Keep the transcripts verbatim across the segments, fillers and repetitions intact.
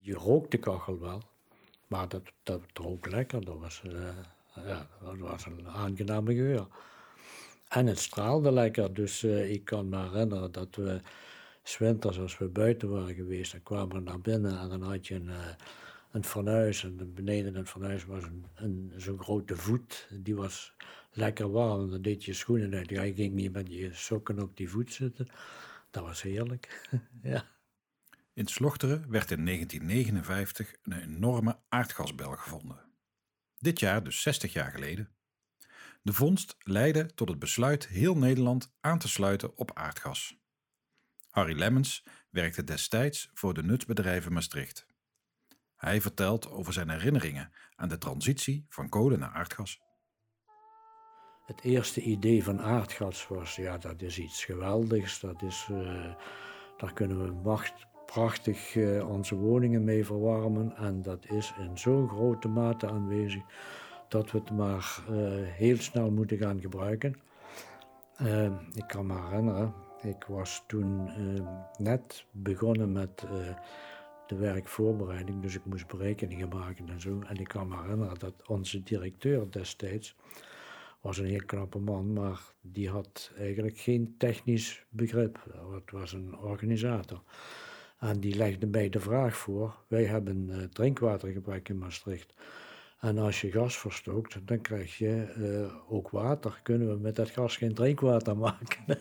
Je rookt de kachel wel, maar dat, dat rook lekker. Dat was, uh, ja, dat was een aangename geur. En het straalde lekker, dus uh, ik kan me herinneren dat we 's winters als we buiten waren geweest, dan kwamen we naar binnen en dan had je een, uh, een fornuis. En beneden het fornuis was een, een, zo'n grote voet, die was lekker warm. Dan deed je schoenen uit, ja, je ging niet met je sokken op die voet zitten. Dat was heerlijk, ja. In Slochteren werd in negentien negenenvijftig een enorme aardgasbel gevonden. Dit jaar dus zestig jaar geleden. De vondst leidde tot het besluit heel Nederland aan te sluiten op aardgas. Harry Lemmens werkte destijds voor de nutsbedrijven Maastricht. Hij vertelt over zijn herinneringen aan de transitie van kolen naar aardgas. Het eerste idee van aardgas was, ja, dat is iets geweldigs. Dat is, uh, daar kunnen we macht, prachtig uh, onze woningen mee verwarmen. En dat is in zo'n grote mate aanwezig dat we het maar uh, heel snel moeten gaan gebruiken. Uh, ik kan me herinneren, ik was toen uh, net begonnen met uh, de werkvoorbereiding, dus ik moest berekeningen maken en zo. En ik kan me herinneren dat onze directeur destijds was een heel knappe man, maar die had eigenlijk geen technisch begrip. Het was een organisator. En die legde mij de vraag voor, wij hebben uh, drinkwatergebrek in Maastricht. En als je gas verstookt, dan krijg je uh, ook water. Kunnen we met dat gas geen drinkwater maken?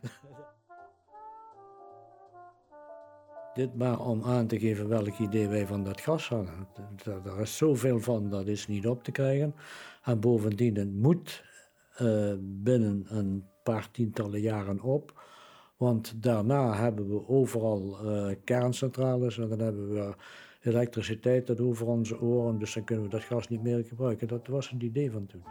Dit maar om aan te geven welk idee wij van dat gas hadden. Er is zoveel van, dat is niet op te krijgen. En bovendien, het moet uh, binnen een paar tientallen jaren op. Want daarna hebben we overal uh, kerncentrales en dan hebben we elektriciteit tot over onze oren. Dus dan kunnen we dat gas niet meer gebruiken. Dat was het idee van toen.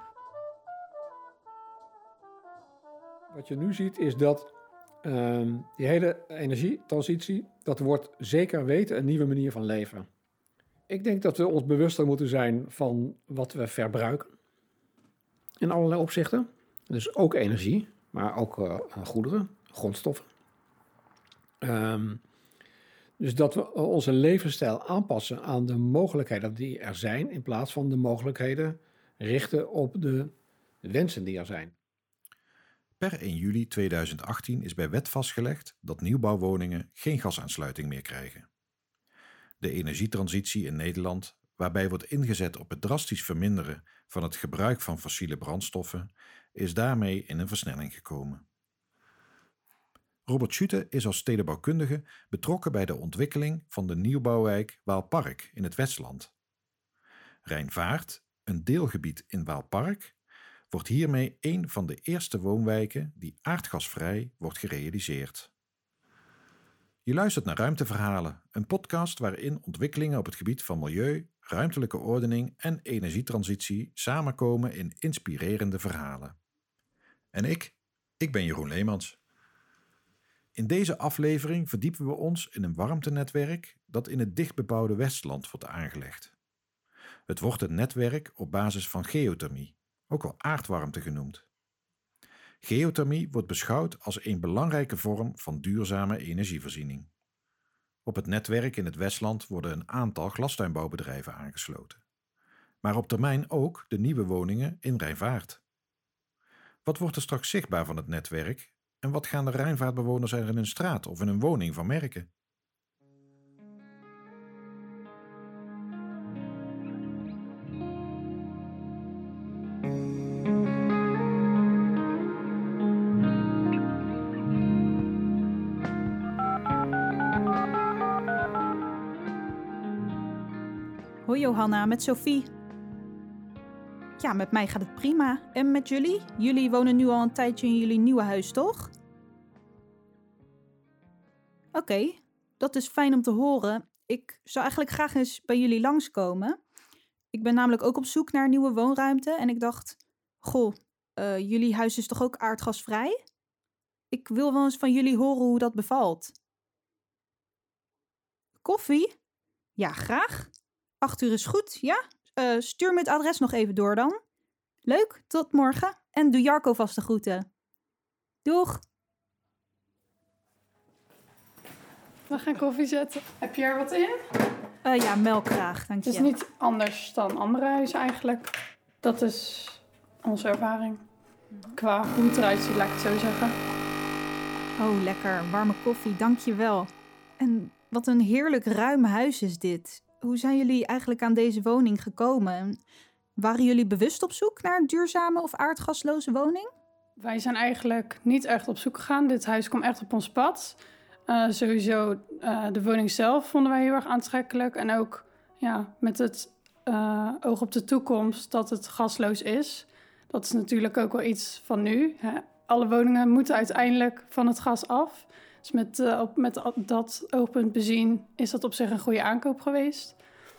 Wat je nu ziet is dat uh, die hele energietransitie, dat wordt zeker weten een nieuwe manier van leven. Ik denk dat we ons bewuster moeten zijn van wat we verbruiken. In allerlei opzichten. Dus ook energie, maar ook uh, goederen, grondstoffen. Um, dus dat we onze levensstijl aanpassen aan de mogelijkheden die er zijn, in plaats van de mogelijkheden richten op de wensen die er zijn. Per één juli tweeduizend achttien is bij wet vastgelegd dat nieuwbouwwoningen geen gasaansluiting meer krijgen. De energietransitie in Nederland, waarbij wordt ingezet op het drastisch verminderen van het gebruik van fossiele brandstoffen, is daarmee in een versnelling gekomen. Robert Schutte is als stedenbouwkundige betrokken bij de ontwikkeling van de nieuwbouwwijk Waalpark in het Westland. Rijnvaart, een deelgebied in Waalpark, wordt hiermee een van de eerste woonwijken die aardgasvrij wordt gerealiseerd. Je luistert naar Ruimteverhalen, een podcast waarin ontwikkelingen op het gebied van milieu, ruimtelijke ordening en energietransitie samenkomen in inspirerende verhalen. En ik, ik ben Jeroen Leemans. In deze aflevering verdiepen we ons in een warmtenetwerk dat in het dichtbebouwde Westland wordt aangelegd. Het wordt een netwerk op basis van geothermie, ook wel aardwarmte genoemd. Geothermie wordt beschouwd als een belangrijke vorm van duurzame energievoorziening. Op het netwerk in het Westland worden een aantal glastuinbouwbedrijven aangesloten. Maar op termijn ook de nieuwe woningen in Rijnvaart. Wat wordt er straks zichtbaar van het netwerk en wat gaan de Rijnvaartbewoners er in hun straat of in hun woning van merken? Hoi Johanna, met Sophie. Ja, met mij gaat het prima. En met jullie? Jullie wonen nu al een tijdje in jullie nieuwe huis, toch? Oké, okay, dat is fijn om te horen. Ik zou eigenlijk graag eens bij jullie langskomen. Ik ben namelijk ook op zoek naar een nieuwe woonruimte en ik dacht, goh, uh, jullie huis is toch ook aardgasvrij? Ik wil wel eens van jullie horen hoe dat bevalt. Koffie? Ja, graag. Acht uur is goed, ja? Uh, stuur me het adres nog even door dan. Leuk, tot morgen. En doe Jarko vast de groeten. Doeg! We gaan koffie zetten. Heb je er wat in? Uh, ja, melk graag, dank je. Het is niet anders dan andere huizen eigenlijk. Dat is onze ervaring. Qua hoe het eruit ziet, laat ik het zo zeggen. Oh, lekker. Warme koffie, dank je wel. En wat een heerlijk ruim huis is dit. Hoe zijn jullie eigenlijk aan deze woning gekomen? Waren jullie bewust op zoek naar een duurzame of aardgasloze woning? Wij zijn eigenlijk niet echt op zoek gegaan. Dit huis kwam echt op ons pad. Uh, sowieso uh, de woning zelf vonden wij heel erg aantrekkelijk. En ook ja, met het uh, oog op de toekomst dat het gasloos is. Dat is natuurlijk ook wel iets van nu. Hè. Alle woningen moeten uiteindelijk van het gas af. Dus met, uh, op, met dat oogpunt bezien is dat op zich een goede aankoop geweest.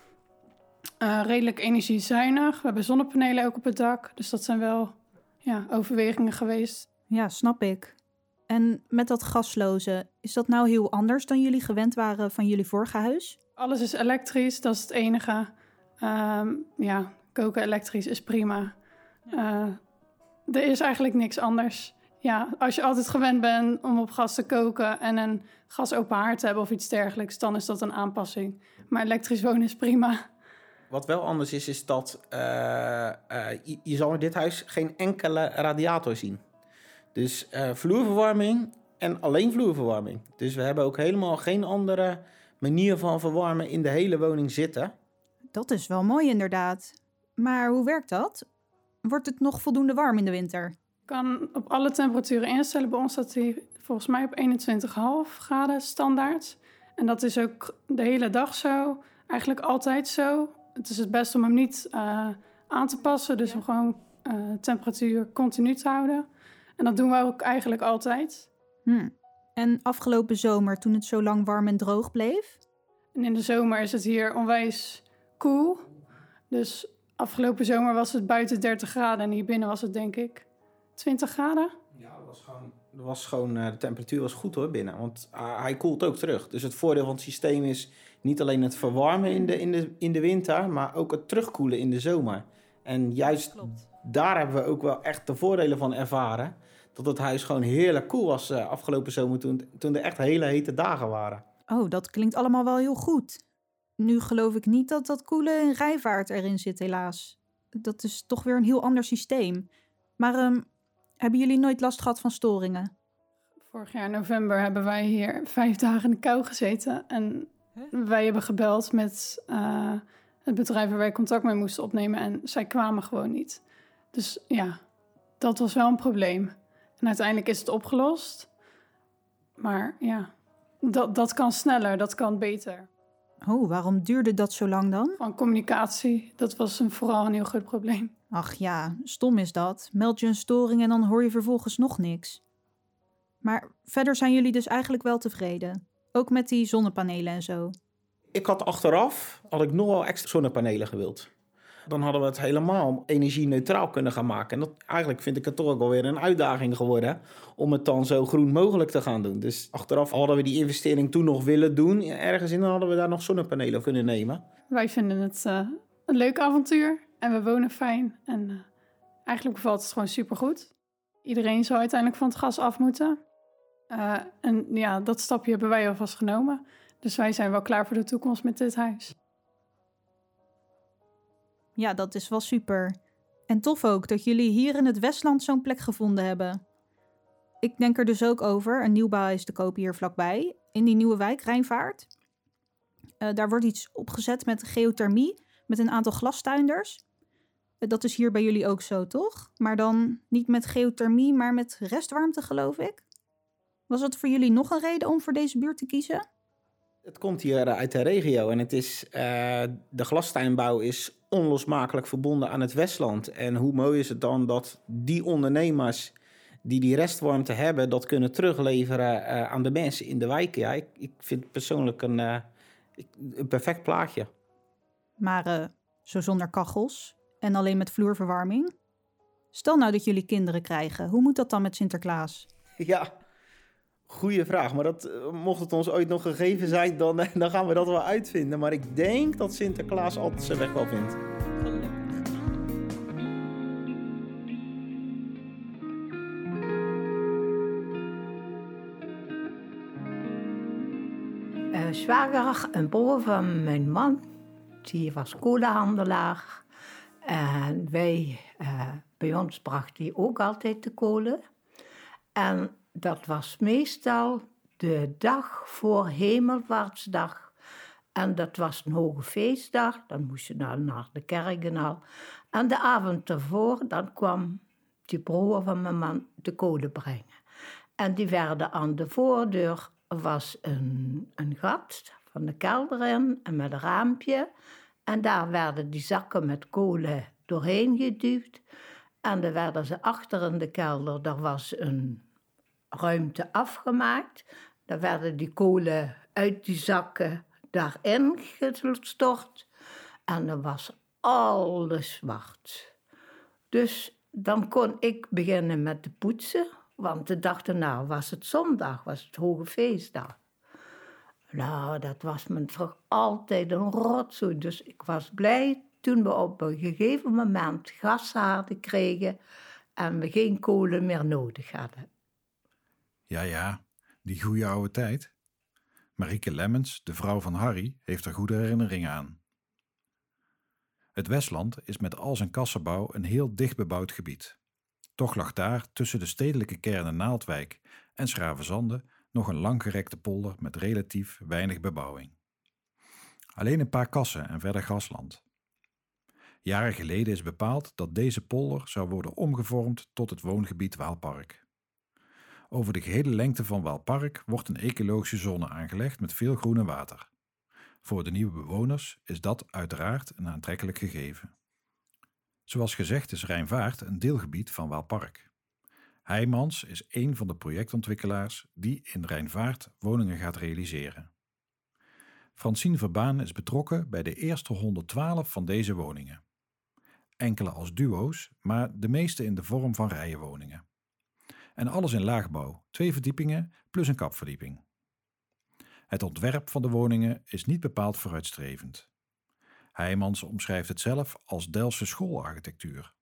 Uh, redelijk energiezuinig. We hebben zonnepanelen ook op het dak. Dus dat zijn wel ja, overwegingen geweest. Ja, snap ik. En met dat gasloze, is dat nou heel anders dan jullie gewend waren van jullie vorige huis? Alles is elektrisch, dat is het enige. Um, ja, koken elektrisch is prima. Uh, er is eigenlijk niks anders. Ja, als je altijd gewend bent om op gas te koken en een gasopen haard te hebben of iets dergelijks, dan is dat een aanpassing. Maar elektrisch wonen is prima. Wat wel anders is, is dat uh, uh, je, je zal in dit huis geen enkele radiator zien. Dus uh, vloerverwarming en alleen vloerverwarming. Dus we hebben ook helemaal geen andere manier van verwarmen in de hele woning zitten. Dat is wel mooi inderdaad. Maar hoe werkt dat? Wordt het nog voldoende warm in de winter? Ik kan op alle temperaturen instellen. Bij ons staat hij volgens mij op eenentwintig komma vijf graden standaard. En dat is ook de hele dag zo. Eigenlijk altijd zo. Het is het beste om hem niet uh, aan te passen. Dus om gewoon uh, temperatuur continu te houden. En dat doen we ook eigenlijk altijd. Hmm. En afgelopen zomer, toen het zo lang warm en droog bleef? En in de zomer is het hier onwijs koel. Dus afgelopen zomer was het buiten dertig graden. En hier binnen was het denk ik twintig graden. Ja, dat was gewoon, dat was gewoon uh, de temperatuur was goed hoor binnen. Want uh, hij koelt ook terug. Dus het voordeel van het systeem is niet alleen het verwarmen in de, in de, in de winter, maar ook het terugkoelen in de zomer. En juist Klopt. Daar hebben we ook wel echt de voordelen van ervaren. Dat het huis gewoon heerlijk koel was uh, afgelopen zomer toen, toen er echt hele hete dagen waren. Oh, dat klinkt allemaal wel heel goed. Nu geloof ik niet dat dat koelen in Rijnvaart erin zit, helaas. Dat is toch weer een heel ander systeem. Maar um, hebben jullie nooit last gehad van storingen? Vorig jaar november hebben wij hier vijf dagen in de kou gezeten. En huh? wij hebben gebeld met uh, het bedrijf waar wij contact mee moesten opnemen. En zij kwamen gewoon niet. Dus ja, dat was wel een probleem. En uiteindelijk is het opgelost. Maar ja, dat, dat kan sneller, dat kan beter. Oh, waarom duurde dat zo lang dan? Van communicatie, dat was een, vooral een heel groot probleem. Ach ja, stom is dat. Meld je een storing en dan hoor je vervolgens nog niks. Maar verder zijn jullie dus eigenlijk wel tevreden? Ook met die zonnepanelen en zo? Ik had achteraf, had ik nog wel extra zonnepanelen gewild. Dan hadden we het helemaal energie-neutraal kunnen gaan maken. En dat, eigenlijk vind ik het toch ook alweer een uitdaging geworden om het dan zo groen mogelijk te gaan doen. Dus achteraf hadden we die investering toen nog willen doen ergens in, dan hadden we daar nog zonnepanelen kunnen nemen. Wij vinden het uh, een leuk avontuur en we wonen fijn. En uh, eigenlijk bevalt het gewoon supergoed. Iedereen zou uiteindelijk van het gas af moeten. Uh, en ja, dat stapje hebben wij alvast genomen. Dus wij zijn wel klaar voor de toekomst met dit huis. Ja, dat is wel super. En tof ook dat jullie hier in het Westland zo'n plek gevonden hebben. Ik denk er dus ook over, een nieuwbouw is te koop hier vlakbij, in die nieuwe wijk, Rijnvaart. Uh, daar wordt iets opgezet met geothermie, met een aantal glastuinders. Uh, dat is hier bij jullie ook zo, toch? Maar dan niet met geothermie, maar met restwarmte, geloof ik. Was dat voor jullie nog een reden om voor deze buurt te kiezen? Het komt hier uit de regio en het is, uh, de glastuinbouw is onlosmakelijk verbonden aan het Westland. En hoe mooi is het dan dat die ondernemers die die restwarmte hebben, dat kunnen terugleveren uh, aan de mensen in de wijken. Ja, ik, ik vind het persoonlijk een, uh, een perfect plaatje. Maar uh, zo zonder kachels en alleen met vloerverwarming? Stel nou dat jullie kinderen krijgen, hoe moet dat dan met Sinterklaas? Ja, goeie vraag. Maar dat, mocht het ons ooit nog gegeven zijn, dan, dan gaan we dat wel uitvinden. Maar ik denk dat Sinterklaas altijd zijn weg wel vindt. zwager, een broer van mijn man, die was kolenhandelaar. En wij, uh, bij ons bracht hij ook altijd de kolen. En dat was meestal de dag voor Hemelvaartsdag. En dat was een hoge feestdag, dan moest je naar, naar de kerk en al. En de avond ervoor, dan kwam die broer van mijn man de kolen brengen. En die werden aan de voordeur, was een, een gat van de kelder in en met een raampje. En daar werden die zakken met kolen doorheen geduwd. En dan werden ze achter in de kelder, daar was een ruimte afgemaakt. Dan werden die kolen uit die zakken daarin gestort. En dan was alles zwart. Dus dan kon ik beginnen met te poetsen. Want de dag daarna was het zondag, was het hoge feestdag. Nou, dat was me toch altijd een rotzooi. Dus ik was blij toen we op een gegeven moment gashaarden kregen en we geen kolen meer nodig hadden. Ja, ja, die goede oude tijd. Marieke Lemmens, de vrouw van Harry, heeft er goede herinneringen aan. Het Westland is met al zijn kassenbouw een heel dicht bebouwd gebied. Toch lag daar tussen de stedelijke kernen Naaldwijk en Schravenzande nog een langgerekte polder met relatief weinig bebouwing. Alleen een paar kassen en verder grasland. Jaren geleden is bepaald dat deze polder zou worden omgevormd tot het woongebied Waalpark. Over de gehele lengte van Waalpark wordt een ecologische zone aangelegd met veel groen en water. Voor de nieuwe bewoners is dat uiteraard een aantrekkelijk gegeven. Zoals gezegd is Rijnvaart een deelgebied van Waalpark. Heijmans is een van de projectontwikkelaars die in Rijnvaart woningen gaat realiseren. Francine Verbaan is betrokken bij de eerste honderdtwaalf van deze woningen. Enkele als duo's, maar de meeste in de vorm van rijenwoningen. En alles in laagbouw, twee verdiepingen plus een kapverdieping. Het ontwerp van de woningen is niet bepaald vooruitstrevend. Heijmans omschrijft het zelf als Delftse schoolarchitectuur.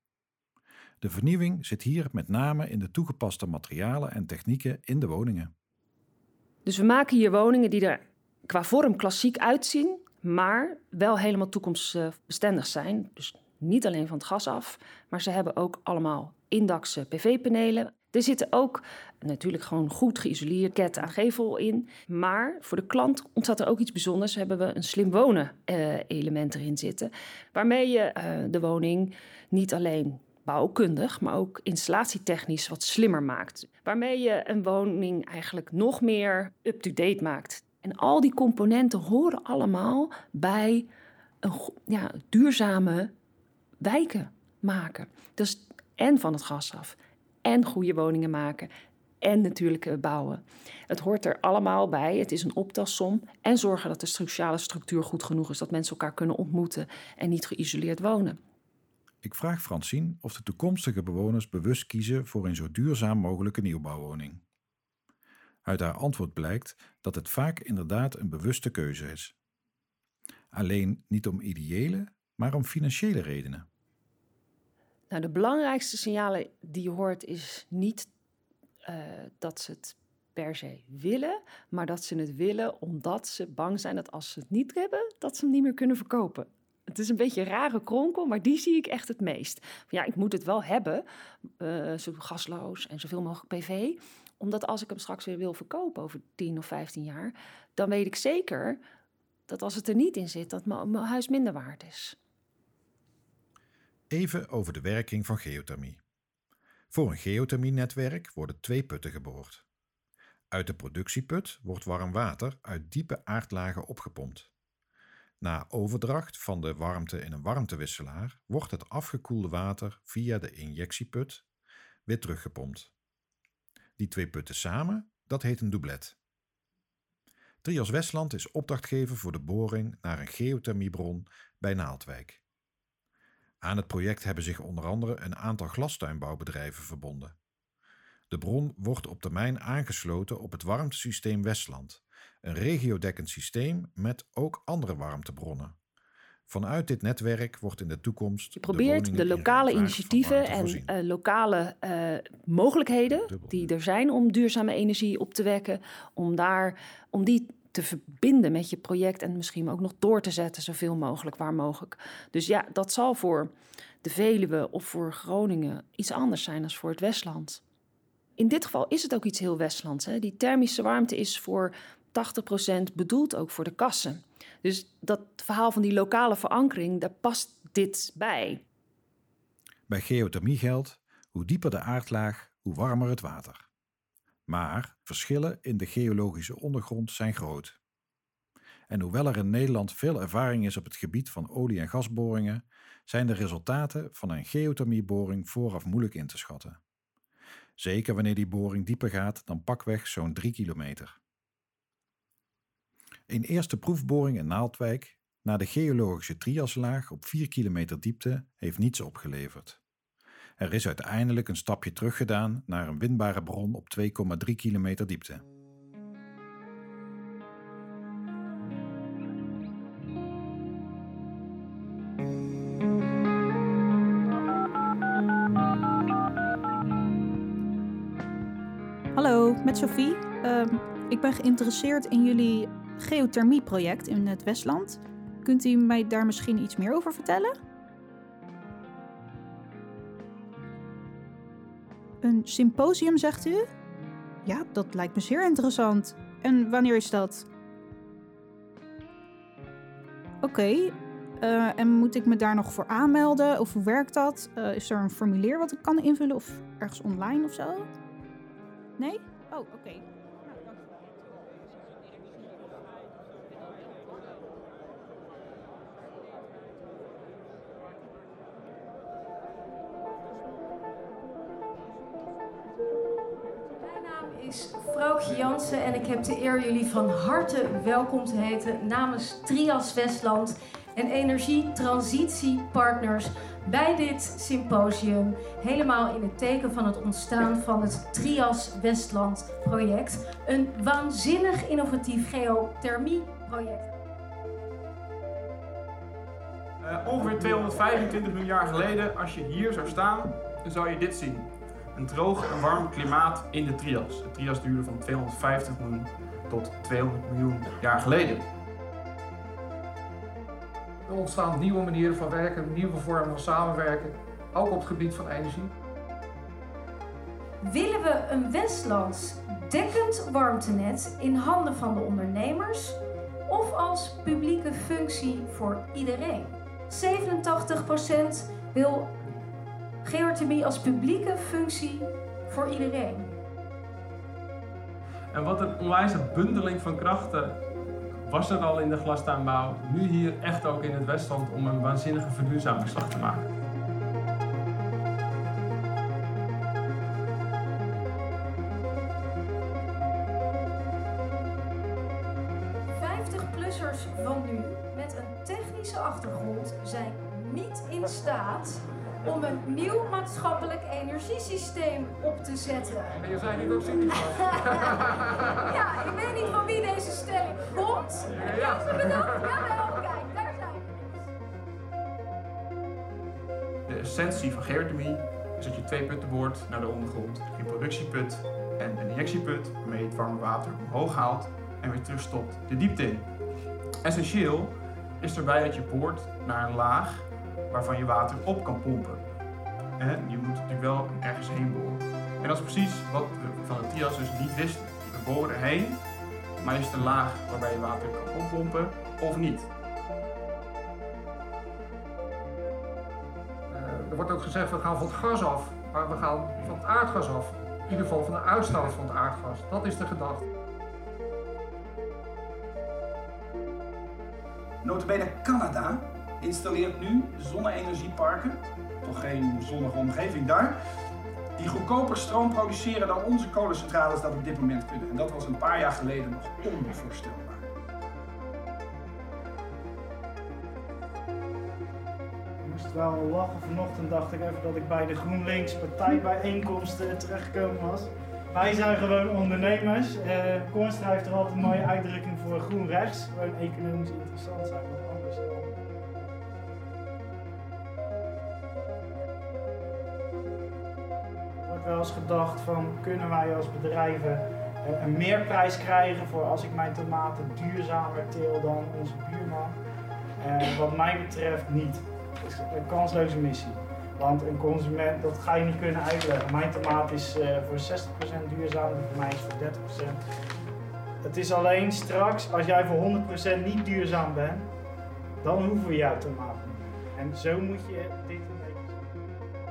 De vernieuwing zit hier met name in de toegepaste materialen en technieken in de woningen. Dus we maken hier woningen die er qua vorm klassiek uitzien, maar wel helemaal toekomstbestendig zijn. Dus niet alleen van het gas af, maar ze hebben ook allemaal indakse P V-panelen. Er zitten ook natuurlijk gewoon goed geïsoleerd ket aan gevel in. Maar voor de klant ontstaat er ook iets bijzonders. Hebben we een slim wonen uh, element erin zitten. Waarmee je uh, de woning niet alleen bouwkundig, maar ook installatietechnisch wat slimmer maakt. Waarmee je een woning eigenlijk nog meer up-to-date maakt. En al die componenten horen allemaal bij een ja, duurzame wijken maken. Dus en van het gas af. En goede woningen maken. En natuurlijk bouwen. Het hoort er allemaal bij. Het is een optelsom. En zorgen dat de sociale structuur goed genoeg is. Dat mensen elkaar kunnen ontmoeten. En niet geïsoleerd wonen. Ik vraag Francine of de toekomstige bewoners bewust kiezen voor een zo duurzaam mogelijke nieuwbouwwoning. Uit haar antwoord blijkt dat het vaak inderdaad een bewuste keuze is. Alleen niet om ideële, maar om financiële redenen. Nou, de belangrijkste signalen die je hoort is niet uh, dat ze het per se willen, maar dat ze het willen omdat ze bang zijn dat als ze het niet hebben, dat ze hem niet meer kunnen verkopen. Het is een beetje een rare kronkel, maar die zie ik echt het meest. Ja, ik moet het wel hebben, uh, zo gasloos en zoveel mogelijk P V, omdat als ik hem straks weer wil verkopen over tien of vijftien jaar, dan weet ik zeker dat als het er niet in zit, dat mijn huis minder waard is. Even over de werking van geothermie. Voor een geothermienetwerk worden twee putten geboord. Uit de productieput wordt warm water uit diepe aardlagen opgepompt. Na overdracht van de warmte in een warmtewisselaar wordt het afgekoelde water via de injectieput weer teruggepompt. Die twee putten samen, dat heet een doublet. Trias Westland is opdrachtgever voor de boring naar een geothermiebron bij Naaldwijk. Aan het project hebben zich onder andere een aantal glastuinbouwbedrijven verbonden. De bron wordt op termijn aangesloten op het warmtesysteem Westland, een regiodekkend systeem met ook andere warmtebronnen. Vanuit dit netwerk wordt in de toekomst... Je probeert de, de lokale initiatieven en uh, lokale uh, mogelijkheden die er zijn om duurzame energie op te wekken, om, daar, om die te verbinden met je project en misschien ook nog door te zetten zoveel mogelijk, waar mogelijk. Dus ja, dat zal voor de Veluwe of voor Groningen iets anders zijn dan voor het Westland. In dit geval is het ook iets heel Westlands. Hè? Die thermische warmte is voor tachtig procent bedoeld ook voor de kassen. Dus dat verhaal van die lokale verankering, daar past dit bij. Bij geothermie geldt, hoe dieper de aardlaag, hoe warmer het water. Maar verschillen in de geologische ondergrond zijn groot. En hoewel er in Nederland veel ervaring is op het gebied van olie- en gasboringen, zijn de resultaten van een geothermieboring vooraf moeilijk in te schatten. Zeker wanneer die boring dieper gaat dan pakweg zo'n drie kilometer. Een eerste proefboring in Naaldwijk naar de geologische triaslaag op vier kilometer diepte heeft niets opgeleverd. Er is uiteindelijk een stapje teruggedaan naar een winbare bron op twee komma drie kilometer diepte. Hallo, met Sophie. Uh, ik ben geïnteresseerd in jullie geothermieproject in het Westland. Kunt u mij daar misschien iets meer over vertellen? Een symposium, zegt u? Ja, dat lijkt me zeer interessant. En wanneer is dat? Oké. Okay. Uh, en moet ik me daar nog voor aanmelden? Of hoe werkt dat? Uh, is er een formulier wat ik kan invullen? Of ergens online of zo? Nee? Oh, oké. Okay. Is Vrouwtje Jansen en ik heb de eer jullie van harte welkom te heten namens Trias Westland en Energietransitiepartners bij dit symposium. Helemaal in het teken van het ontstaan van het Trias Westland project. Een waanzinnig innovatief geothermieproject. Uh, ongeveer tweehonderdvijfentwintig miljoen jaar geleden, als je hier zou staan, dan zou je dit zien. Een droog en warm klimaat in de Trias. De Trias duurde van tweehonderdvijftig miljoen tot tweehonderd miljoen jaar geleden. Er ontstaan nieuwe manieren van werken, nieuwe vormen van samenwerken, ook op het gebied van energie. Willen we een Westlands dekkend warmtenet in handen van de ondernemers of als publieke functie voor iedereen? zevenentachtig procent wil geothermie als publieke functie voor iedereen. En wat een onwijze bundeling van krachten was er al in de glastuinbouw, nu hier echt ook in het Westland om een waanzinnige verduurzamingsslag te maken. vijftig-plussers van nu met een technische achtergrond zijn niet in staat om een nieuw maatschappelijk energiesysteem op te zetten. En je zei niet ook cynisch was. Ja, ik weet niet van wie deze stelling komt. Ja, ze bedacht. Jawel, kijk, daar zijn we. De essentie van geothermie is dat je twee putten boort naar de ondergrond. Een productieput en een injectieput, waarmee je het warme water omhoog haalt en weer terugstopt de diepte in. Essentieel is erbij dat je boort naar een laag waarvan je water op kan pompen. En je moet natuurlijk wel ergens heen boren. En dat is precies wat we van de Trias dus niet wisten. We boren erheen, maar is het een laag waarbij je water kan oppompen of niet? Uh, er wordt ook gezegd, we gaan van het gas af, maar we gaan van het aardgas af. In ieder geval van de uitstoot van het aardgas. Dat is de gedachte. Nota bene Canada installeert nu zonne-energieparken, toch geen zonnige omgeving daar, die goedkoper stroom produceren dan onze kolencentrales dat op dit moment kunnen. En dat was een paar jaar geleden nog onvoorstelbaar. Ik moest wel lachen. Vanochtend dacht ik even dat ik bij de GroenLinks partijbijeenkomsten terechtgekomen was. Wij zijn gewoon ondernemers. Uh, Koornstra heeft er altijd een mooie uitdrukking voor groen rechts. Gewoon economisch interessant zijn, wat anders dan. Er wordt wel eens gedacht van, kunnen wij als bedrijven een, een meerprijs krijgen voor als ik mijn tomaten duurzamer teel dan onze buurman. Uh, wat mij betreft niet. Het is een kansloze missie. Want een consument, dat ga je niet kunnen uitleggen. Mijn tomaat is uh, voor zestig procent duurzaam, voor mij is voor dertig procent. Het is alleen straks, als jij voor honderd procent niet duurzaam bent, dan hoeven we jouw tomaat niet. En zo moet je dit een beetje zien.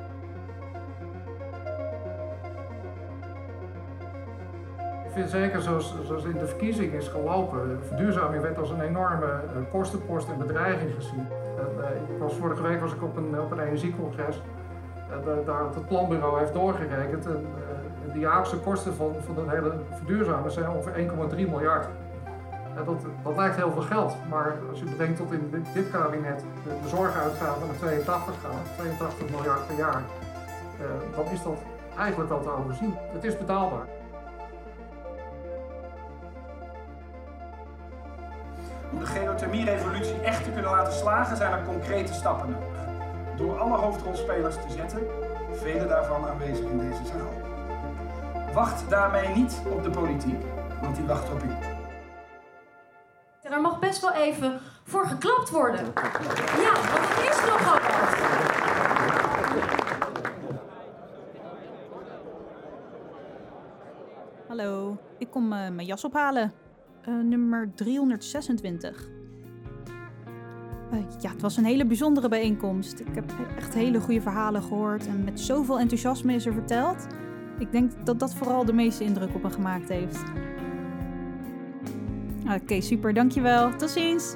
Ik vind zeker zoals, zoals in de verkiezing is gelopen, verduurzaming werd als een enorme uh, kostenpost en bedreiging gezien. Uh, uh, ik was, vorige week was ik op een, op een energiecongres. Uh, daar het planbureau heeft doorgerekend. En, uh, de jaarlijkse kosten van, van het hele verduurzamen zijn ongeveer één komma drie miljard. Uh, dat, dat lijkt heel veel geld, maar als je bedenkt dat in dit, dit kabinet de, de zorguitgaven naar tweeëntachtig gaan, tweeëntachtig miljard per jaar, uh, dan is dat eigenlijk wel te overzien. Het is betaalbaar. Om de geothermie-revolutie echt te kunnen laten slagen zijn er concrete stappen nodig. Door alle hoofdrolspelers te zetten, vele daarvan aanwezig in deze zaal. Wacht daarmee niet op de politiek, want die wacht op u. Er mag best wel even voor geklapt worden. Ja, want het is nogal wat. Hallo, ik kom uh, mijn jas ophalen. Uh, nummer driehonderdzesentwintig. Uh, ja, het was een hele bijzondere bijeenkomst. Ik heb echt hele goede verhalen gehoord en met zoveel enthousiasme is er verteld. Ik denk dat dat vooral de meeste indruk op me gemaakt heeft. Oké, okay, super, dankjewel. Tot ziens!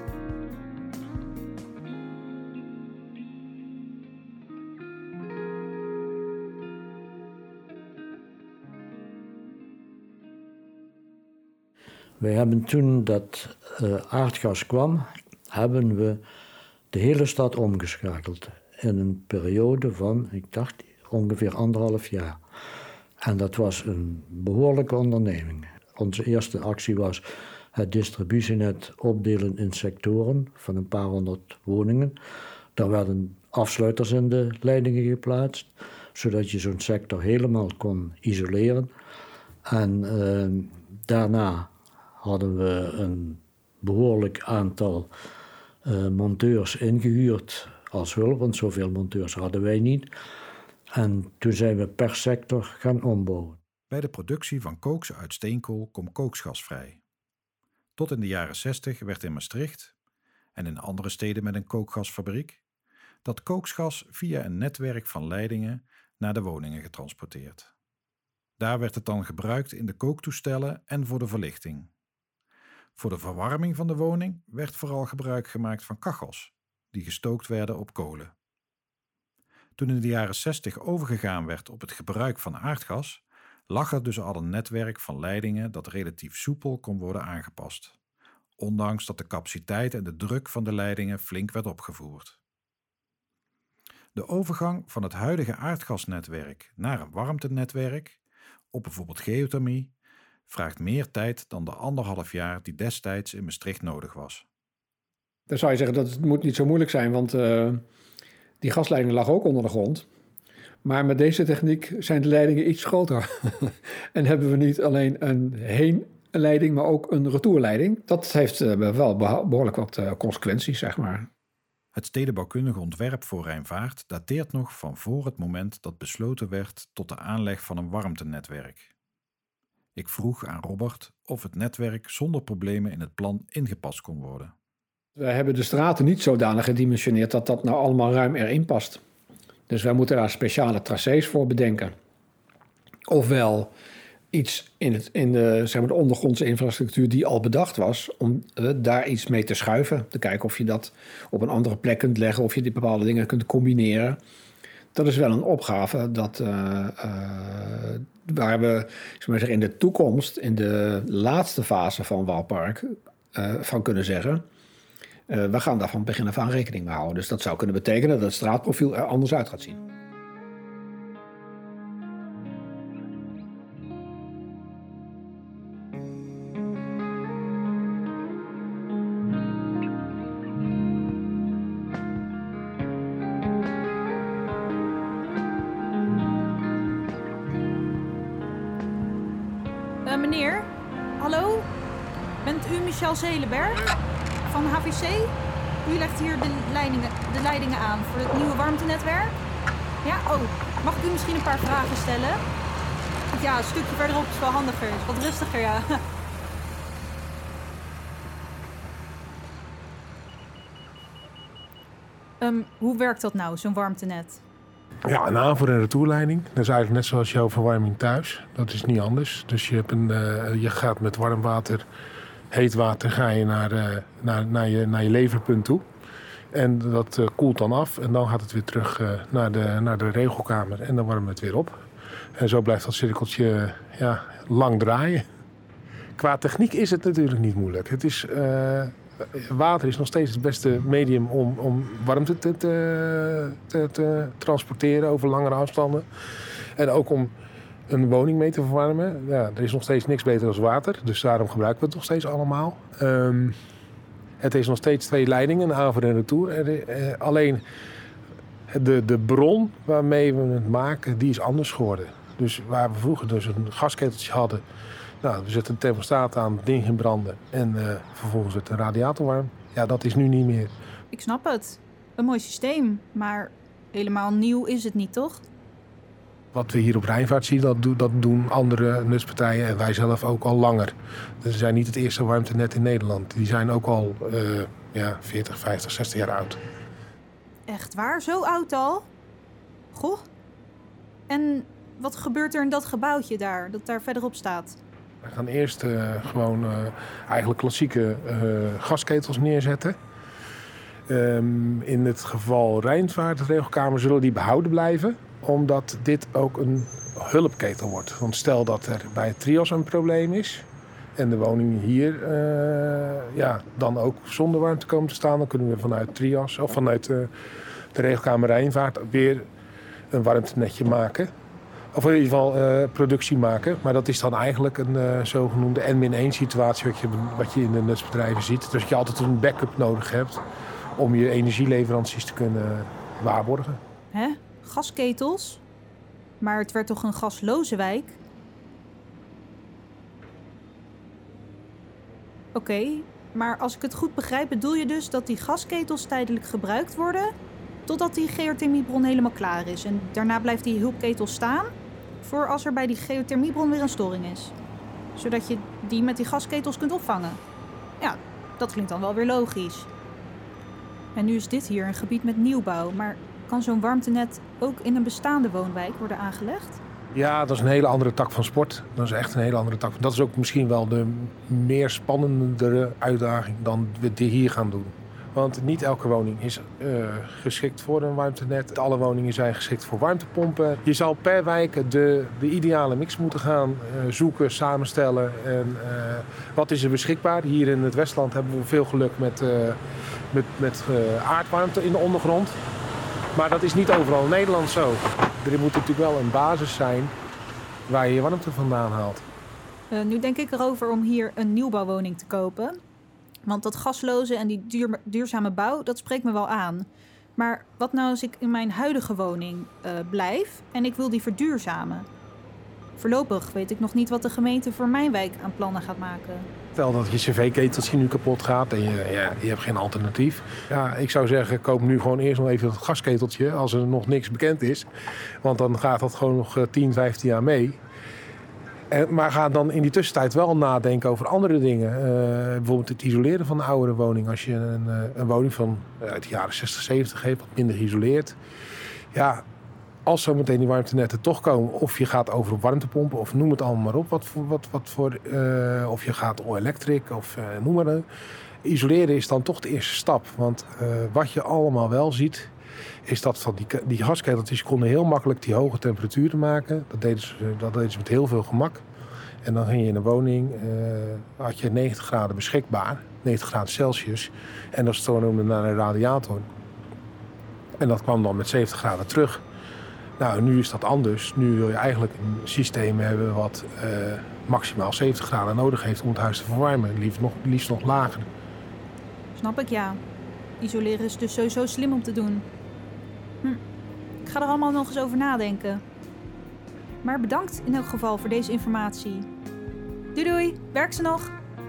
Wij hebben toen dat uh, aardgas kwam, hebben we de hele stad omgeschakeld. In een periode van, ik dacht, ongeveer anderhalf jaar. En dat was een behoorlijke onderneming. Onze eerste actie was het distributienet opdelen in sectoren van een paar honderd woningen. Daar werden afsluiters in de leidingen geplaatst, zodat je zo'n sector helemaal kon isoleren. En uh, daarna hadden we een behoorlijk aantal uh, monteurs ingehuurd als hulp, want zoveel monteurs hadden wij niet. En toen zijn we per sector gaan ombouwen. Bij de productie van kooks uit steenkool komt kooksgas vrij. Tot in de jaren zestig werd in Maastricht en in andere steden met een kookgasfabriek dat kooksgas via een netwerk van leidingen naar de woningen getransporteerd. Daar werd het dan gebruikt in de kooktoestellen en voor de verlichting. Voor de verwarming van de woning werd vooral gebruik gemaakt van kachels, die gestookt werden op kolen. Toen in de jaren zestig overgegaan werd op het gebruik van aardgas, lag er dus al een netwerk van leidingen dat relatief soepel kon worden aangepast, ondanks dat de capaciteit en de druk van de leidingen flink werd opgevoerd. De overgang van het huidige aardgasnetwerk naar een warmtenetwerk, op bijvoorbeeld geothermie, vraagt meer tijd dan de anderhalf jaar die destijds in Maastricht nodig was. Dan zou je zeggen dat het moet niet zo moeilijk zijn, want uh, die gasleidingen lagen ook onder de grond. Maar met deze techniek zijn de leidingen iets groter. En hebben we niet alleen een heenleiding, maar ook een retourleiding. Dat heeft uh, wel behoorlijk wat uh, consequenties, zeg maar. Het stedenbouwkundige ontwerp voor Rijnvaart dateert nog van voor het moment dat besloten werd tot de aanleg van een warmtenetwerk. Ik vroeg aan Robert of het netwerk zonder problemen in het plan ingepast kon worden. We hebben de straten niet zodanig gedimensioneerd dat dat nou allemaal ruim erin past. Dus wij moeten daar speciale tracés voor bedenken. Ofwel iets in, het, in de, zeg maar de ondergrondse infrastructuur die al bedacht was, om uh, daar iets mee te schuiven. Te kijken of je dat op een andere plek kunt leggen, of je die bepaalde dingen kunt combineren. Dat is wel een opgave dat, uh, uh, waar we zeg maar zeggen, in de toekomst, in de laatste fase van Waalpark, uh, van kunnen zeggen, uh, we gaan daar van begin af aan rekening mee houden. Dus dat zou kunnen betekenen dat het straatprofiel er anders uit gaat zien. meneer, hallo? Bent u Michel Zelenberg van H V C? U legt hier de leidingen, de leidingen aan voor het nieuwe warmtenetwerk? Ja, oh, mag ik u misschien een paar vragen stellen? Ja, een stukje verderop is wel handiger, is wat rustiger, ja. um, hoe werkt dat nou, zo'n warmtenet? Ja, een aanvoer- en retourleiding. Dat is eigenlijk net zoals jouw verwarming thuis. Dat is niet anders. Dus je, hebt een, uh, je gaat met warm water, heet water, ga je naar, uh, naar, naar, je, naar je leverpunt toe. En dat uh, koelt dan af en dan gaat het weer terug uh, naar, de, naar de regelkamer en dan warmen we het weer op. En zo blijft dat cirkeltje ja, lang draaien. Qua techniek is het natuurlijk niet moeilijk. Het is, uh, water is nog steeds het beste medium om, om warmte te, te, te, te transporteren over langere afstanden. En ook om een woning mee te verwarmen. Ja, er is nog steeds niks beter dan water, dus daarom gebruiken we het nog steeds allemaal. Um, Het is nog steeds twee leidingen, een aanvoer en retour. Eh, alleen de, de bron waarmee we het maken, die is anders geworden. Dus waar we vroeger dus een gasketeltje hadden. Nou, we zetten een thermostaat aan, het ding in branden. En uh, vervolgens werd een radiator warm. Ja, dat is nu niet meer. Ik snap het. Een mooi systeem. Maar helemaal nieuw is het niet, toch? Wat we hier op Rijnvaart zien, dat, do, dat doen andere nutspartijen en wij zelf ook al langer. We zijn niet het eerste warmtenet in Nederland. Die zijn ook al uh, ja, veertig, vijftig, zestig jaar oud. Echt waar? Zo oud al? Goh. En wat gebeurt er in dat gebouwtje daar, dat daar verderop staat? We gaan eerst uh, gewoon uh, eigenlijk klassieke uh, gasketels neerzetten. Um, in het geval Rijnvaart, de regelkamer, zullen die behouden blijven. Omdat dit ook een hulpketel wordt. Want stel dat er bij Trios een probleem is en de woning hier uh, ja, dan ook zonder warmte komen te staan, dan kunnen we vanuit Trios of vanuit uh, de regelkamer Rijnvaart weer een warmtenetje maken. Of in ieder geval uh, productie maken. Maar dat is dan eigenlijk een uh, zogenoemde N min één situatie wat je, wat je in de nutsbedrijven ziet. Dus dat je altijd een backup nodig hebt om je energieleveranties te kunnen waarborgen. Hè? Gasketels? Maar het werd toch een gasloze wijk? Oké, okay, maar als ik het goed begrijp, bedoel je dus dat die gasketels tijdelijk gebruikt worden totdat die geothermiebron helemaal klaar is. En daarna blijft die hulpketel staan voor als er bij die geothermiebron weer een storing is. Zodat je die met die gasketels kunt opvangen. Ja, dat klinkt dan wel weer logisch. En nu is dit hier een gebied met nieuwbouw, maar kan zo'n warmtenet ook in een bestaande woonwijk worden aangelegd? Ja, dat is een hele andere tak van sport. Dat is echt een hele andere tak. Dat is ook misschien wel de meer spannendere uitdaging dan we die hier gaan doen. Want niet elke woning is uh, geschikt voor een warmtenet. Alle woningen zijn geschikt voor warmtepompen. Je zal per wijk de, de ideale mix moeten gaan uh, zoeken, samenstellen. En uh, wat is er beschikbaar? Hier in het Westland hebben we veel geluk met, uh, met, met uh, aardwarmte in de ondergrond. Maar dat is niet overal in Nederland zo. Er moet natuurlijk wel een basis zijn waar je je warmte vandaan haalt. Uh, nu denk ik erover om hier een nieuwbouwwoning te kopen. Want dat gasloze en die duur, duurzame bouw, dat spreekt me wel aan. Maar wat nou als ik in mijn huidige woning uh, blijf en ik wil die verduurzamen? Voorlopig weet ik nog niet wat de gemeente voor mijn wijk aan plannen gaat maken. Stel dat je cv-keteltje nu kapot gaat en je, ja, je hebt geen alternatief. Ja, ik zou zeggen, koop nu gewoon eerst nog even dat gasketeltje als er nog niks bekend is. Want dan gaat dat gewoon nog tien, vijftien jaar mee. En, maar ga dan in die tussentijd wel nadenken over andere dingen. Uh, bijvoorbeeld het isoleren van een oudere woning. Als je een, een woning van uit de jaren zestig, zeventig heeft, wat minder geïsoleerd. Ja, als zo meteen die warmtenetten toch komen, of je gaat over op warmtepompen, of noem het allemaal maar op. Wat voor, wat, wat voor, uh, of je gaat all-electric, of uh, noem maar dan. Isoleren is dan toch de eerste stap. Want uh, wat je allemaal wel ziet, is dat van die, die gasketeltjes konden heel makkelijk die hoge temperaturen maken. Dat deden ze, dat deden ze met heel veel gemak. En dan ging je in een woning, uh, had je negentig graden beschikbaar, negentig graden Celsius. En dat stroomde naar een radiator. En dat kwam dan met zeventig graden terug. Nou, nu is dat anders. Nu wil je eigenlijk een systeem hebben wat uh, maximaal zeventig graden nodig heeft om het huis te verwarmen. Liefst nog, liefst nog lager. Snap ik, ja. Isoleren is dus sowieso slim om te doen. Hm. Ik ga er allemaal nog eens over nadenken. Maar bedankt in elk geval voor deze informatie. Doei doei, werk ze nog!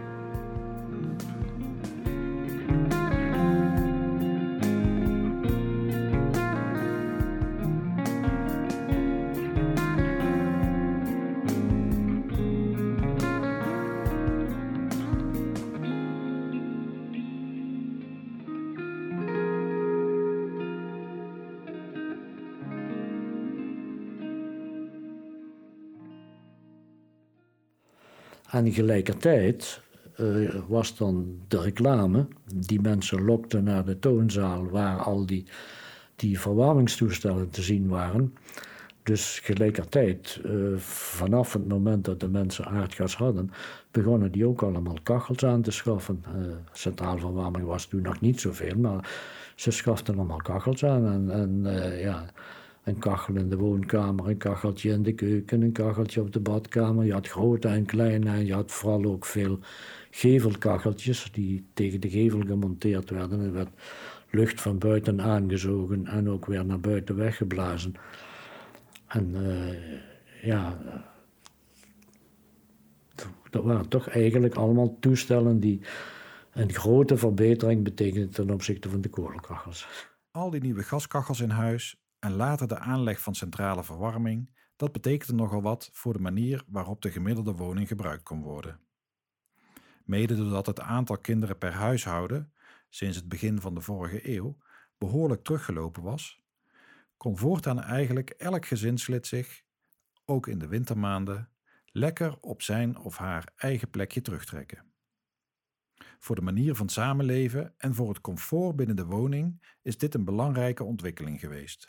En tegelijkertijd uh, was dan de reclame die mensen lokte naar de toonzaal waar al die, die verwarmingstoestellen te zien waren. Dus tegelijkertijd, uh, vanaf het moment dat de mensen aardgas hadden, begonnen die ook allemaal kachels aan te schaffen. Uh, centraal verwarming was toen nog niet zoveel, maar ze schaften allemaal kachels aan. En, en uh, ja... Een kachel in de woonkamer, een kacheltje in de keuken, een kacheltje op de badkamer. Je had grote en kleine en je had vooral ook veel gevelkacheltjes die tegen de gevel gemonteerd werden. Er werd lucht van buiten aangezogen en ook weer naar buiten weggeblazen. En uh, ja, dat waren toch eigenlijk allemaal toestellen die een grote verbetering betekenden ten opzichte van de kolenkachels. Al die nieuwe gaskachels in huis en later de aanleg van centrale verwarming, dat betekende nogal wat voor de manier waarop de gemiddelde woning gebruikt kon worden. Mede doordat het aantal kinderen per huishouden, sinds het begin van de vorige eeuw, behoorlijk teruggelopen was, kon voortaan eigenlijk elk gezinslid zich, ook in de wintermaanden, lekker op zijn of haar eigen plekje terugtrekken. Voor de manier van samenleven en voor het comfort binnen de woning is dit een belangrijke ontwikkeling geweest.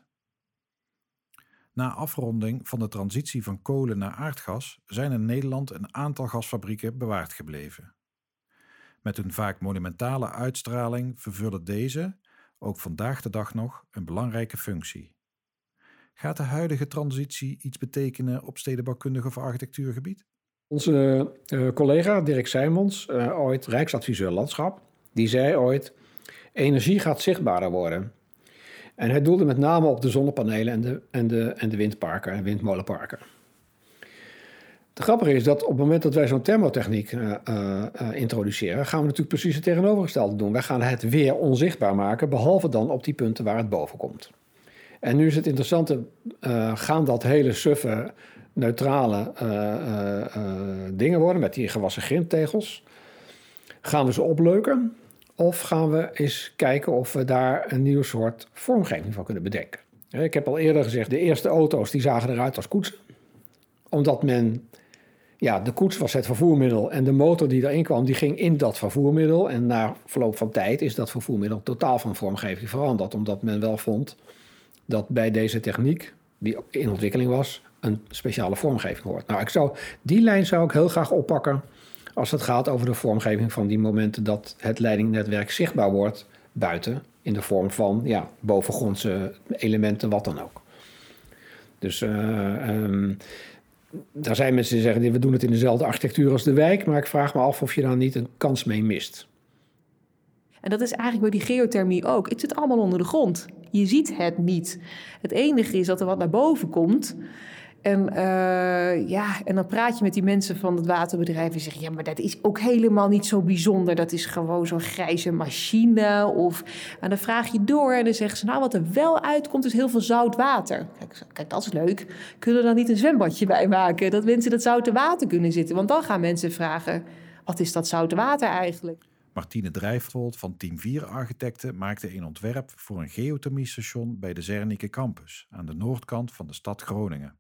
Na afronding van de transitie van kolen naar aardgas zijn in Nederland een aantal gasfabrieken bewaard gebleven. Met hun vaak monumentale uitstraling vervullen deze, ook vandaag de dag nog, een belangrijke functie. Gaat de huidige transitie iets betekenen op stedenbouwkundig of architectuurgebied? Onze uh, collega Dirk Sijmons, uh, ooit Rijksadviseur Landschap, die zei ooit: energie gaat zichtbaarder worden. En hij doelde met name op de zonnepanelen en de, en de, en de windparken en windmolenparken. Het grappige is dat op het moment dat wij zo'n thermotechniek uh, uh, uh, introduceren, gaan we natuurlijk precies het tegenovergestelde doen. Wij gaan het weer onzichtbaar maken, behalve dan op die punten waar het boven komt. En nu is het interessante, uh, gaan dat hele suffe, neutrale uh, uh, uh, dingen worden met die gewassen grindtegels? Gaan we ze opleuken? Of gaan we eens kijken of we daar een nieuw soort vormgeving van kunnen bedenken? Ik heb al eerder gezegd, de eerste auto's die zagen eruit als koetsen. Omdat men, ja, de koets was het vervoermiddel en de motor die erin kwam, die ging in dat vervoermiddel. En na verloop van tijd is dat vervoermiddel totaal van vormgeving veranderd. Omdat men wel vond dat bij deze techniek, die in ontwikkeling was, een speciale vormgeving hoort. Nou, ik zou, die lijn zou ik heel graag oppakken als het gaat over de vormgeving van die momenten dat het leidingnetwerk zichtbaar wordt buiten in de vorm van ja, bovengrondse elementen, wat dan ook. Dus uh, um, daar zijn mensen die zeggen, we doen het in dezelfde architectuur als de wijk, maar ik vraag me af of je daar niet een kans mee mist. En dat is eigenlijk bij die geothermie ook. Het zit allemaal onder de grond. Je ziet het niet. Het enige is dat er wat naar boven komt. En, uh, ja, en dan praat je met die mensen van het waterbedrijf en zeg je, ja, maar dat is ook helemaal niet zo bijzonder. Dat is gewoon zo'n grijze machine. Of, en dan vraag je door en dan zeggen ze, nou, wat er wel uitkomt is heel veel zout water. Kijk, kijk, dat is leuk. Kunnen we dan niet een zwembadje bij maken? Dat mensen dat zoute water kunnen zitten. Want dan gaan mensen vragen, wat is dat zoute water eigenlijk? Martine Drijfvold van Team vier Architecten maakte een ontwerp voor een geothermiestation bij de Zernike Campus aan de noordkant van de stad Groningen.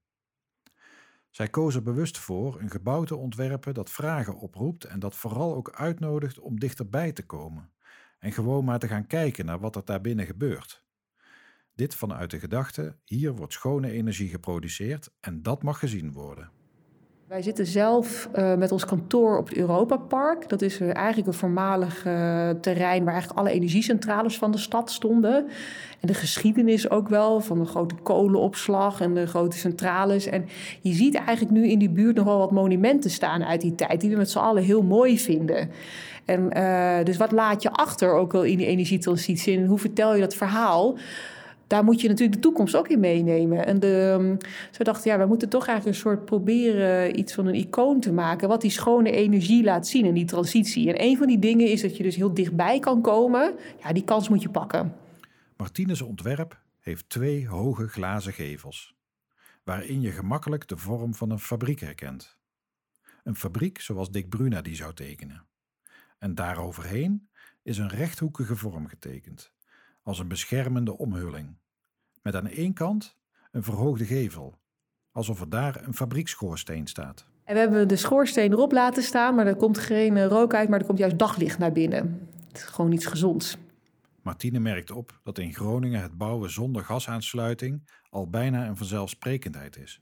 Zij koos er bewust voor een gebouw te ontwerpen dat vragen oproept en dat vooral ook uitnodigt om dichterbij te komen en gewoon maar te gaan kijken naar wat er daarbinnen gebeurt. Dit vanuit de gedachte, hier wordt schone energie geproduceerd en dat mag gezien worden. Wij zitten zelf uh, met ons kantoor op het Europapark. Dat is uh, eigenlijk een voormalig uh, terrein waar eigenlijk alle energiecentrales van de stad stonden. En de geschiedenis ook wel van de grote kolenopslag en de grote centrales. En je ziet eigenlijk nu in die buurt nog wel wat monumenten staan uit die tijd die we met z'n allen heel mooi vinden. En uh, dus wat laat je achter ook wel in die energietransitie en hoe vertel je dat verhaal? daar moet je natuurlijk de toekomst ook in meenemen. En de, ze dachten, ja, we moeten toch eigenlijk een soort proberen iets van een icoon te maken, wat die schone energie laat zien in die transitie. En een van die dingen is dat je dus heel dichtbij kan komen. Ja, die kans moet je pakken. Martinez' ontwerp heeft twee hoge glazen gevels, waarin je gemakkelijk de vorm van een fabriek herkent. Een fabriek zoals Dick Bruna die zou tekenen. En daaroverheen is een rechthoekige vorm getekend, als een beschermende omhulling. Met aan één kant een verhoogde gevel, alsof er daar een fabrieksschoorsteen staat. En we hebben de schoorsteen erop laten staan, maar er komt geen rook uit, maar er komt juist daglicht naar binnen. Het is gewoon iets gezonds. Martine merkt op dat in Groningen het bouwen zonder gasaansluiting al bijna een vanzelfsprekendheid is.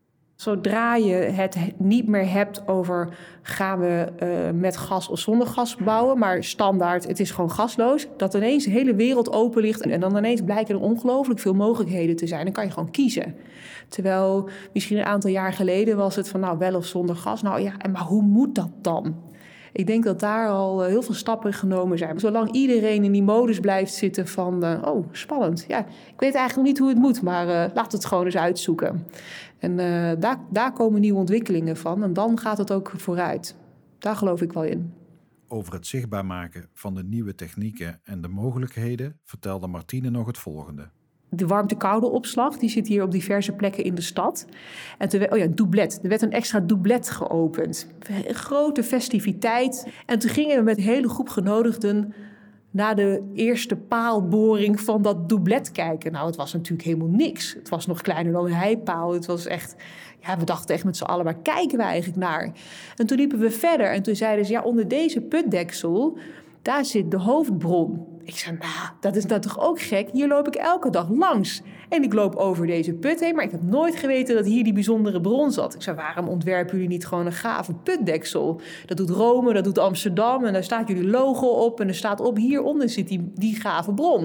Zodra je het niet meer hebt over gaan we uh, met gas of zonder gas bouwen, maar standaard, het is gewoon gasloos, dat ineens de hele wereld open ligt en dan ineens blijken er ongelooflijk veel mogelijkheden te zijn. Dan kan je gewoon kiezen. Terwijl misschien een aantal jaar geleden was het van nou wel of zonder gas. Nou ja, maar hoe moet dat dan? Ik denk dat daar al heel veel stappen genomen zijn. Zolang iedereen in die modus blijft zitten van uh, oh, spannend. Ja, ik weet eigenlijk nog niet hoe het moet, maar uh, laat het gewoon eens uitzoeken. En uh, daar, daar komen nieuwe ontwikkelingen van en dan gaat het ook vooruit. Daar geloof ik wel in. Over het zichtbaar maken van de nieuwe technieken en de mogelijkheden vertelde Martine nog het volgende. De warmte-koude opslag die zit hier op diverse plekken in de stad. En toen, oh ja, een doublet. Er werd een extra doublet geopend. Een grote festiviteit. En toen gingen we met een hele groep genodigden naar de eerste paalboring van dat doublet kijken. Nou, het was natuurlijk helemaal niks. Het was nog kleiner dan een heipaal. Het was echt, ja, we dachten echt met z'n allen, waar kijken we eigenlijk naar? En toen liepen we verder en toen zeiden ze, ja, onder deze putdeksel, daar zit de hoofdbron. Ik zei, nou, dat is nou toch ook gek? Hier loop ik elke dag langs. En ik loop over deze put heen, maar ik heb nooit geweten dat hier die bijzondere bron zat. Ik zei, waarom ontwerpen jullie niet gewoon een gave putdeksel? Dat doet Rome, dat doet Amsterdam en daar staat jullie logo op en er staat op, hieronder zit die, die gave bron.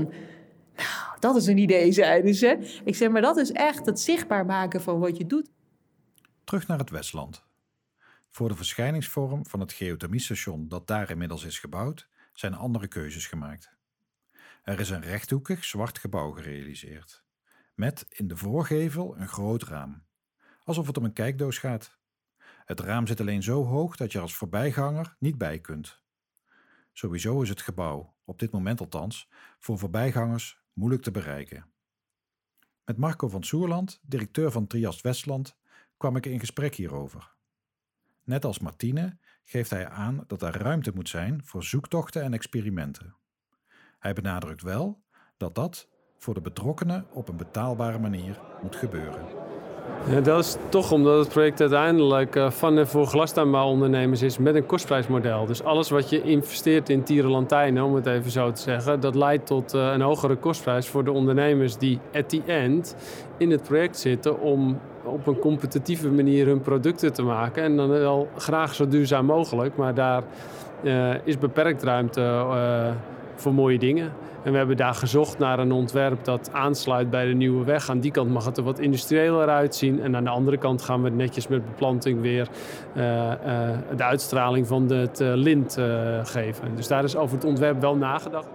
Nou, dat is een idee, zeiden ze. Ik zei, maar dat is echt het zichtbaar maken van wat je doet. Terug naar het Westland. Voor de verschijningsvorm van het geothermiestation dat daar inmiddels is gebouwd, zijn andere keuzes gemaakt. Er is een rechthoekig zwart gebouw gerealiseerd, met in de voorgevel een groot raam, alsof het om een kijkdoos gaat. Het raam zit alleen zo hoog dat je als voorbijganger niet bij kunt. Sowieso is het gebouw, op dit moment althans, voor voorbijgangers moeilijk te bereiken. Met Marco van Soerland, directeur van Triast Westland, kwam ik in gesprek hierover. Net als Martine geeft hij aan dat er ruimte moet zijn voor zoektochten en experimenten. Hij benadrukt wel dat dat voor de betrokkenen op een betaalbare manier moet gebeuren. Ja, dat is toch omdat het project uiteindelijk uh, van en voor glastuinbouwondernemers is met een kostprijsmodel. Dus alles wat je investeert in tierenlantijnen, om het even zo te zeggen, dat leidt tot uh, een hogere kostprijs voor de ondernemers die at the end in het project zitten om op een competitieve manier hun producten te maken. En dan wel graag zo duurzaam mogelijk, maar daar uh, is beperkt ruimte uh, voor mooie dingen. En we hebben daar gezocht naar een ontwerp dat aansluit bij de nieuwe weg. Aan die kant mag het er wat industrieeler uitzien. En aan de andere kant gaan we netjes met beplanting weer uh, uh, de uitstraling van het uh, lint uh, geven. Dus daar is over het ontwerp wel nagedacht.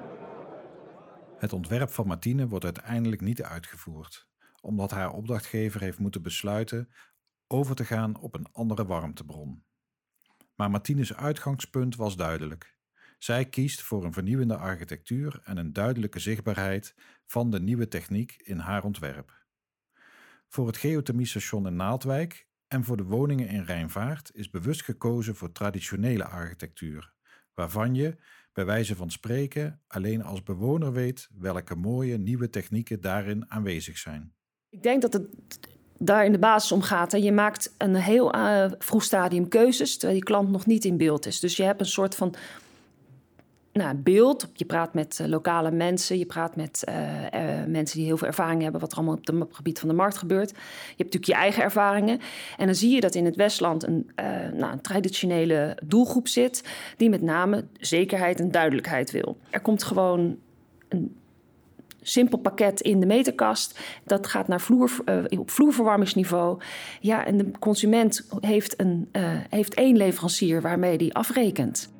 Het ontwerp van Martine wordt uiteindelijk niet uitgevoerd, omdat haar opdrachtgever heeft moeten besluiten over te gaan op een andere warmtebron. Maar Martine's uitgangspunt was duidelijk. Zij kiest voor een vernieuwende architectuur en een duidelijke zichtbaarheid van de nieuwe techniek in haar ontwerp. Voor het geothermiestation in Naaldwijk en voor de woningen in Rijnvaart is bewust gekozen voor traditionele architectuur, waarvan je, bij wijze van spreken, alleen als bewoner weet welke mooie nieuwe technieken daarin aanwezig zijn. Ik denk dat het daar in de basis om gaat. Hè. Je maakt een heel uh, vroeg stadium keuzes, terwijl je klant nog niet in beeld is. Dus je hebt een soort van nou, beeld. Je praat met uh, lokale mensen, je praat met uh, uh, mensen die heel veel ervaring hebben wat er allemaal op het gebied van de markt gebeurt. Je hebt natuurlijk je eigen ervaringen. En dan zie je dat in het Westland een, uh, nou, een traditionele doelgroep zit die met name zekerheid en duidelijkheid wil. Er komt gewoon een simpel pakket in de meterkast. Dat gaat naar vloer, uh, op vloerverwarmingsniveau. Ja, en de consument heeft, een, uh, heeft één leverancier waarmee die afrekent.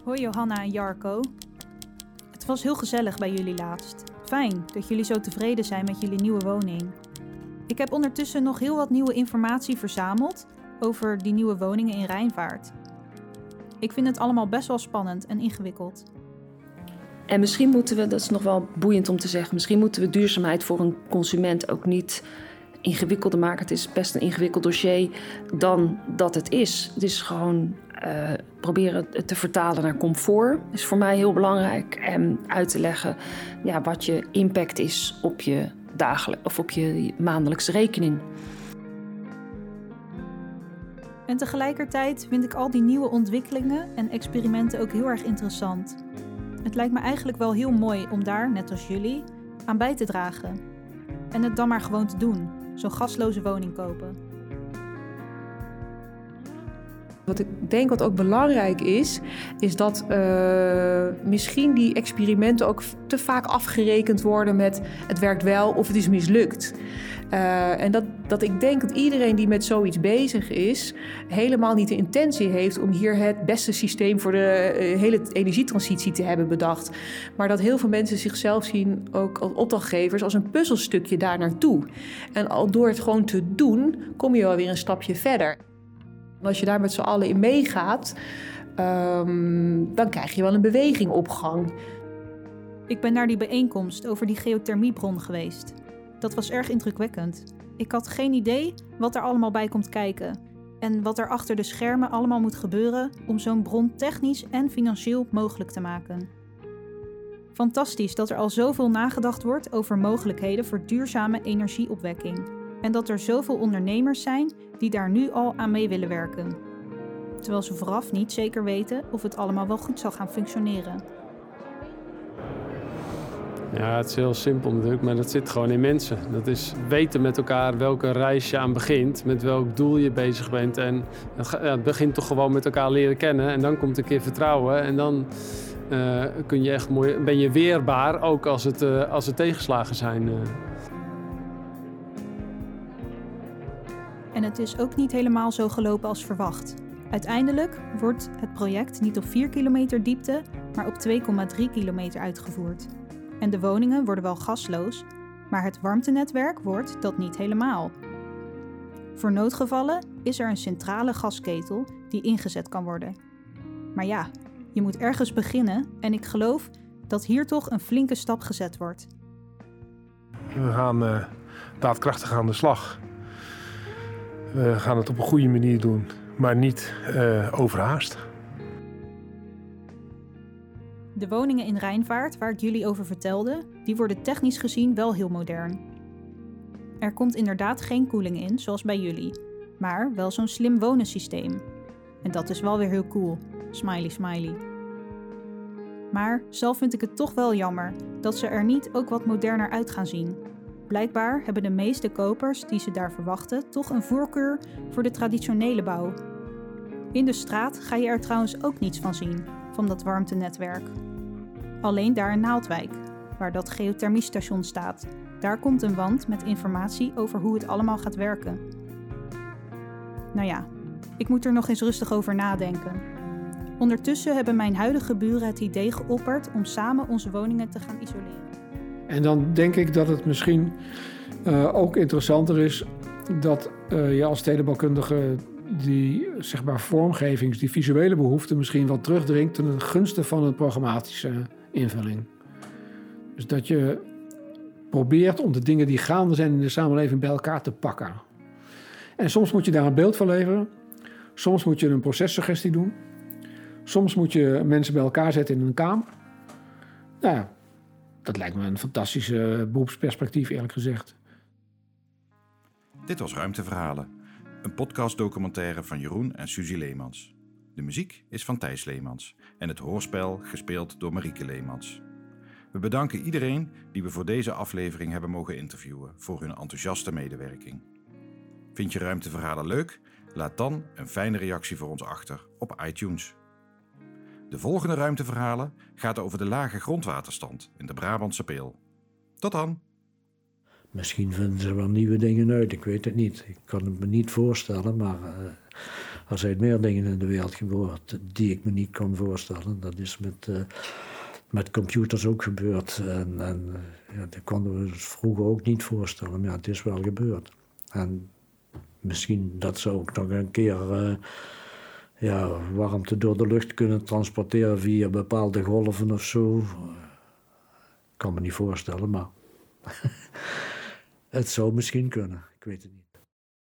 Hoi Johanna en Jarko. Het was heel gezellig bij jullie laatst. Fijn dat jullie zo tevreden zijn met jullie nieuwe woning. Ik heb ondertussen nog heel wat nieuwe informatie verzameld over die nieuwe woningen in Rijnvaart. Ik vind het allemaal best wel spannend en ingewikkeld. En misschien moeten we, dat is nog wel boeiend om te zeggen, misschien moeten we duurzaamheid voor een consument ook niet ingewikkelder maken. Het is best een ingewikkeld dossier dan dat het is. Het is gewoon uh, proberen het te vertalen naar comfort. Dat is voor mij heel belangrijk. En uit te leggen ja, wat je impact is op je dagelijks of op je maandelijkse rekening. En tegelijkertijd vind ik al die nieuwe ontwikkelingen en experimenten ook heel erg interessant. Het lijkt me eigenlijk wel heel mooi om daar, net als jullie, aan bij te dragen. En het dan maar gewoon te doen. Zo'n gasloze woning kopen. Wat ik denk wat ook belangrijk is, is dat uh, misschien die experimenten ook te vaak afgerekend worden met het werkt wel of het is mislukt. Uh, en dat, dat ik denk dat iedereen die met zoiets bezig is, helemaal niet de intentie heeft om hier het beste systeem voor de uh, hele energietransitie te hebben bedacht. Maar dat heel veel mensen zichzelf zien, ook als opdrachtgevers, als een puzzelstukje daar naartoe. En al door het gewoon te doen, kom je wel weer een stapje verder. En als je daar met z'n allen in meegaat, um, dan krijg je wel een beweging op gang. Ik ben naar die bijeenkomst over die geothermiebron geweest. Dat was erg indrukwekkend. Ik had geen idee wat er allemaal bij komt kijken en wat er achter de schermen allemaal moet gebeuren om zo'n bron technisch en financieel mogelijk te maken. Fantastisch dat er al zoveel nagedacht wordt over mogelijkheden voor duurzame energieopwekking en dat er zoveel ondernemers zijn die daar nu al aan mee willen werken. Terwijl ze vooraf niet zeker weten of het allemaal wel goed zal gaan functioneren. Ja, het is heel simpel natuurlijk, maar dat zit gewoon in mensen. Dat is weten met elkaar welke reis je aan begint, met welk doel je bezig bent. En het, ja, het begint toch gewoon met elkaar leren kennen en dan komt een keer vertrouwen. En dan uh, kun je echt mooi, ben je weerbaar, ook als het, uh, als het tegenslagen zijn. Uh. En het is ook niet helemaal zo gelopen als verwacht. Uiteindelijk wordt het project niet op vier kilometer diepte, maar op twee komma drie kilometer uitgevoerd. En de woningen worden wel gasloos, maar het warmtenetwerk wordt dat niet helemaal. Voor noodgevallen is er een centrale gasketel die ingezet kan worden. Maar ja, je moet ergens beginnen en ik geloof dat hier toch een flinke stap gezet wordt. We gaan uh, daadkrachtig aan de slag. We gaan het op een goede manier doen, maar niet uh, overhaast. De woningen in Rijnvaart, waar ik jullie over vertelde, die worden technisch gezien wel heel modern. Er komt inderdaad geen koeling in, zoals bij jullie, maar wel zo'n slim wonensysteem. En dat is wel weer heel cool. Smiley, smiley. Maar zelf vind ik het toch wel jammer dat ze er niet ook wat moderner uit gaan zien. Blijkbaar hebben de meeste kopers die ze daar verwachten toch een voorkeur voor de traditionele bouw. In de straat ga je er trouwens ook niets van zien, van dat warmtenetwerk. Alleen daar in Naaldwijk, waar dat geothermiestation staat. Daar komt een wand met informatie over hoe het allemaal gaat werken. Nou ja, ik moet er nog eens rustig over nadenken. Ondertussen hebben mijn huidige buren het idee geopperd om samen onze woningen te gaan isoleren. En dan denk ik dat het misschien uh, ook interessanter is dat uh, je als stedenbouwkundige die zeg maar vormgevings, die visuele behoeften misschien wat terugdringt ten gunste van een programmatische invulling. Dus dat je probeert om de dingen die gaande zijn in de samenleving bij elkaar te pakken. En soms moet je daar een beeld van leveren. Soms moet je een processuggestie doen. Soms moet je mensen bij elkaar zetten in een kamer. Nou ja, dat lijkt me een fantastische beroepsperspectief, eerlijk gezegd. Dit was Ruimteverhalen, een podcastdocumentaire van Jeroen en Suzy Leemans. De muziek is van Thijs Leemans en het hoorspel gespeeld door Marieke Leemans. We bedanken iedereen die we voor deze aflevering hebben mogen interviewen voor hun enthousiaste medewerking. Vind je Ruimteverhalen leuk? Laat dan een fijne reactie voor ons achter op iTunes. De volgende Ruimteverhalen gaat over de lage grondwaterstand in de Brabantse Peel. Tot dan! Misschien vinden ze wel nieuwe dingen uit, ik weet het niet. Ik kan het me niet voorstellen, maar uh, er zijn meer dingen in de wereld gebeurd die ik me niet kon voorstellen. Dat is met, uh, met computers ook gebeurd. En, en ja, dat konden we ons vroeger ook niet voorstellen, maar ja, het is wel gebeurd. En misschien dat ze ook nog een keer uh, ja, warmte door de lucht kunnen transporteren via bepaalde golven of zo. Ik kan me niet voorstellen, maar het zou misschien kunnen. Ik weet het niet.